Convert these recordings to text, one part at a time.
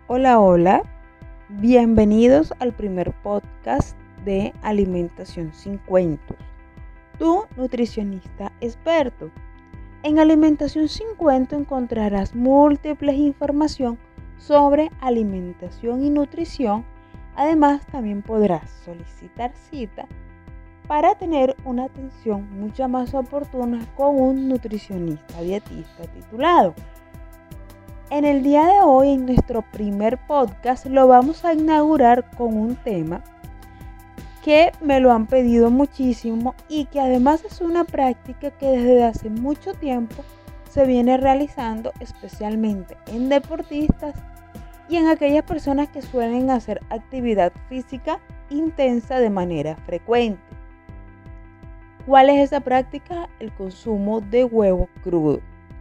Hola, hola, bienvenidos al primer podcast de Alimentación sin Cuentos, tu nutricionista experto. En Alimentación sin Cuentos encontrarás múltiples información sobre alimentación y nutrición. Además, también podrás solicitar cita para tener una atención mucho más oportuna con un nutricionista dietista titulado. En el día de hoy, en nuestro primer podcast, lo vamos a inaugurar con un tema que me lo han pedido muchísimo y que además es una práctica que desde hace mucho tiempo se viene realizando, especialmente en deportistas y en aquellas personas que suelen hacer actividad física intensa de manera frecuente. ¿Cuál es esa práctica? El consumo de huevo crudo.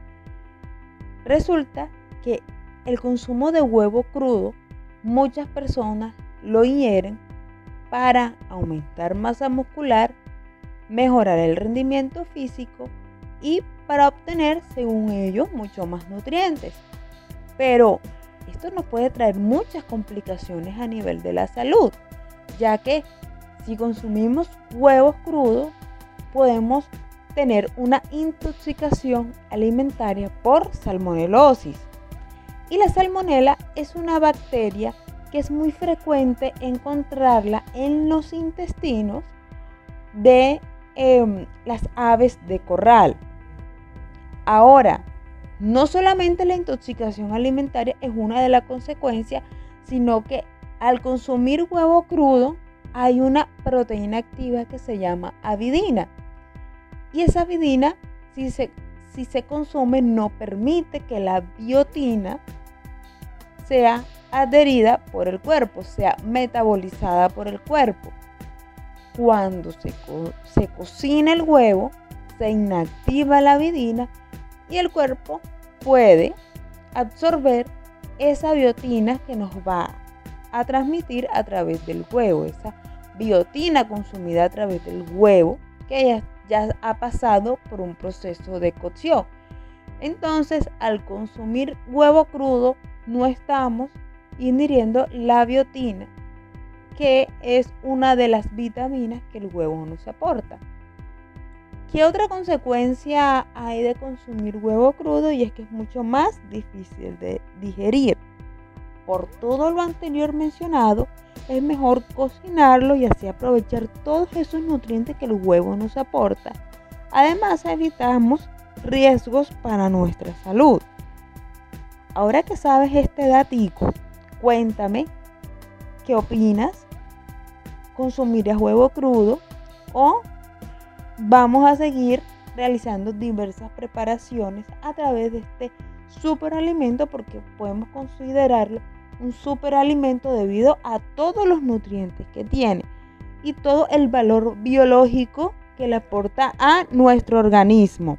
Resulta que el consumo de huevo crudo, muchas personas lo ingieren para aumentar masa muscular, mejorar el rendimiento físico y para obtener, según ellos, mucho más nutrientes. Pero esto nos puede traer muchas complicaciones a nivel de la salud, ya que si consumimos huevos crudos, podemos tener una intoxicación alimentaria por salmonelosis. Y la salmonela es una bacteria que es muy frecuente encontrarla en los intestinos de las aves de corral. Ahora, no solamente la intoxicación alimentaria es una de las consecuencias, sino que al consumir huevo crudo hay una proteína activa que se llama avidina. Y esa avidina, si se consume, no permite que la biotina sea adherida por el cuerpo, sea metabolizada por el cuerpo. Cuando se cocina el huevo, se inactiva la avidina y el cuerpo puede absorber esa biotina que nos va a transmitir a través del huevo, esa biotina consumida a través del huevo que ya ha pasado por un proceso de cocción. Entonces, al consumir huevo crudo, no estamos ingiriendo la biotina, que es una de las vitaminas que el huevo nos aporta. ¿Qué otra consecuencia hay de consumir huevo crudo? Y es que es mucho más difícil de digerir. Por todo lo anterior mencionado, es mejor cocinarlo y así aprovechar todos esos nutrientes que el huevo nos aporta. Además, evitamos riesgos para nuestra salud. Ahora que sabes este datico, cuéntame, ¿qué opinas? ¿Consumirías huevo crudo o vamos a seguir realizando diversas preparaciones a través de este superalimento? Porque podemos considerarlo un superalimento debido a todos los nutrientes que tiene y todo el valor biológico que le aporta a nuestro organismo.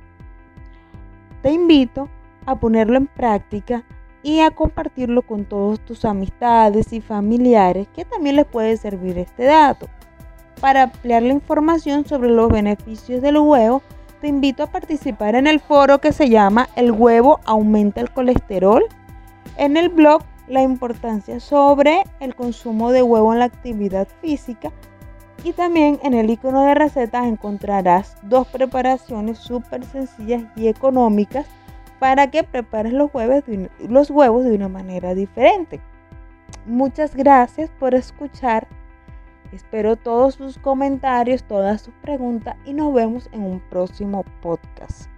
Te invito a ponerlo en práctica y a compartirlo con todos tus amistades y familiares que también les puede servir este dato. Para ampliar la información sobre los beneficios del huevo, te invito a participar en el foro que se llama El huevo aumenta el colesterol. En el blog, la importancia sobre el consumo de huevo en la actividad física. Y también en el icono de recetas encontrarás 2 preparaciones súper sencillas y económicas para que prepares los huevos de una manera diferente. Muchas gracias por escuchar. Espero todos sus comentarios, todas sus preguntas y nos vemos en un próximo podcast.